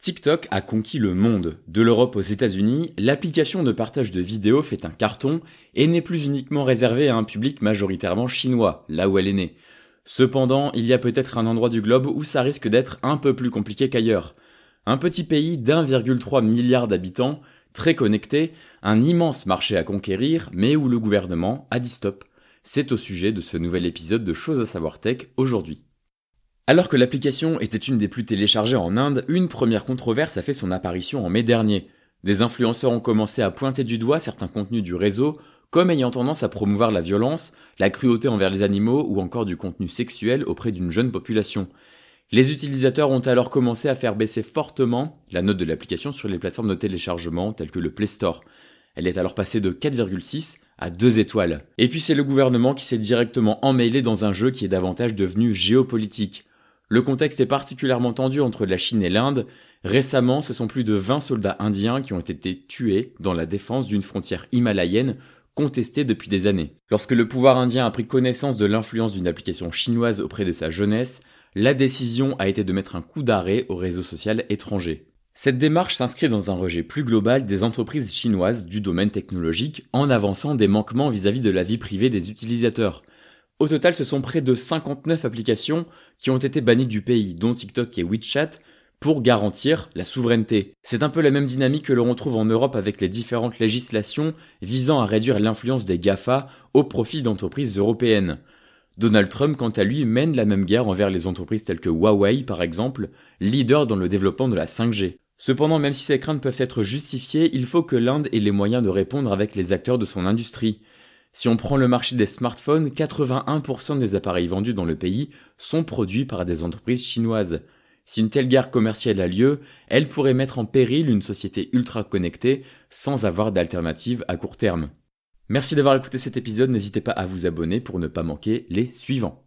TikTok a conquis le monde. De l'Europe aux États-Unis, l'application de partage de vidéos fait un carton et n'est plus uniquement réservée à un public majoritairement chinois, là où elle est née. Cependant, il y a peut-être un endroit du globe où ça risque d'être un peu plus compliqué qu'ailleurs. Un petit pays d'1,3 milliard d'habitants, très connecté, un immense marché à conquérir, mais où le gouvernement a dit stop. C'est au sujet de ce nouvel épisode de Choses à savoir tech aujourd'hui. Alors que l'application était une des plus téléchargées en Inde, une première controverse a fait son apparition en mai dernier. Des influenceurs ont commencé à pointer du doigt certains contenus du réseau, comme ayant tendance à promouvoir la violence, la cruauté envers les animaux ou encore du contenu sexuel auprès d'une jeune population. Les utilisateurs ont alors commencé à faire baisser fortement la note de l'application sur les plateformes de téléchargement telles que le Play Store. Elle est alors passée de 4,6 à 2 étoiles. Et puis c'est le gouvernement qui s'est directement emmêlé dans un jeu qui est davantage devenu géopolitique. Le contexte est particulièrement tendu entre la Chine et l'Inde. Récemment, ce sont plus de 20 soldats indiens qui ont été tués dans la défense d'une frontière himalayenne contestée depuis des années. Lorsque le pouvoir indien a pris connaissance de l'influence d'une application chinoise auprès de sa jeunesse, la décision a été de mettre un coup d'arrêt au réseau social étranger. Cette démarche s'inscrit dans un rejet plus global des entreprises chinoises du domaine technologique en avançant des manquements vis-à-vis de la vie privée des utilisateurs. Au total, ce sont près de 59 applications qui ont été bannies du pays, dont TikTok et WeChat, pour garantir la souveraineté. C'est un peu la même dynamique que l'on retrouve en Europe avec les différentes législations visant à réduire l'influence des GAFA au profit d'entreprises européennes. Donald Trump, quant à lui, mène la même guerre envers les entreprises telles que Huawei, par exemple, leader dans le développement de la 5G. Cependant, même si ces craintes peuvent être justifiées, il faut que l'Inde ait les moyens de répondre avec les acteurs de son industrie. Si on prend le marché des smartphones, 81% des appareils vendus dans le pays sont produits par des entreprises chinoises. Si une telle guerre commerciale a lieu, elle pourrait mettre en péril une société ultra connectée sans avoir d'alternative à court terme. Merci d'avoir écouté cet épisode, n'hésitez pas à vous abonner pour ne pas manquer les suivants.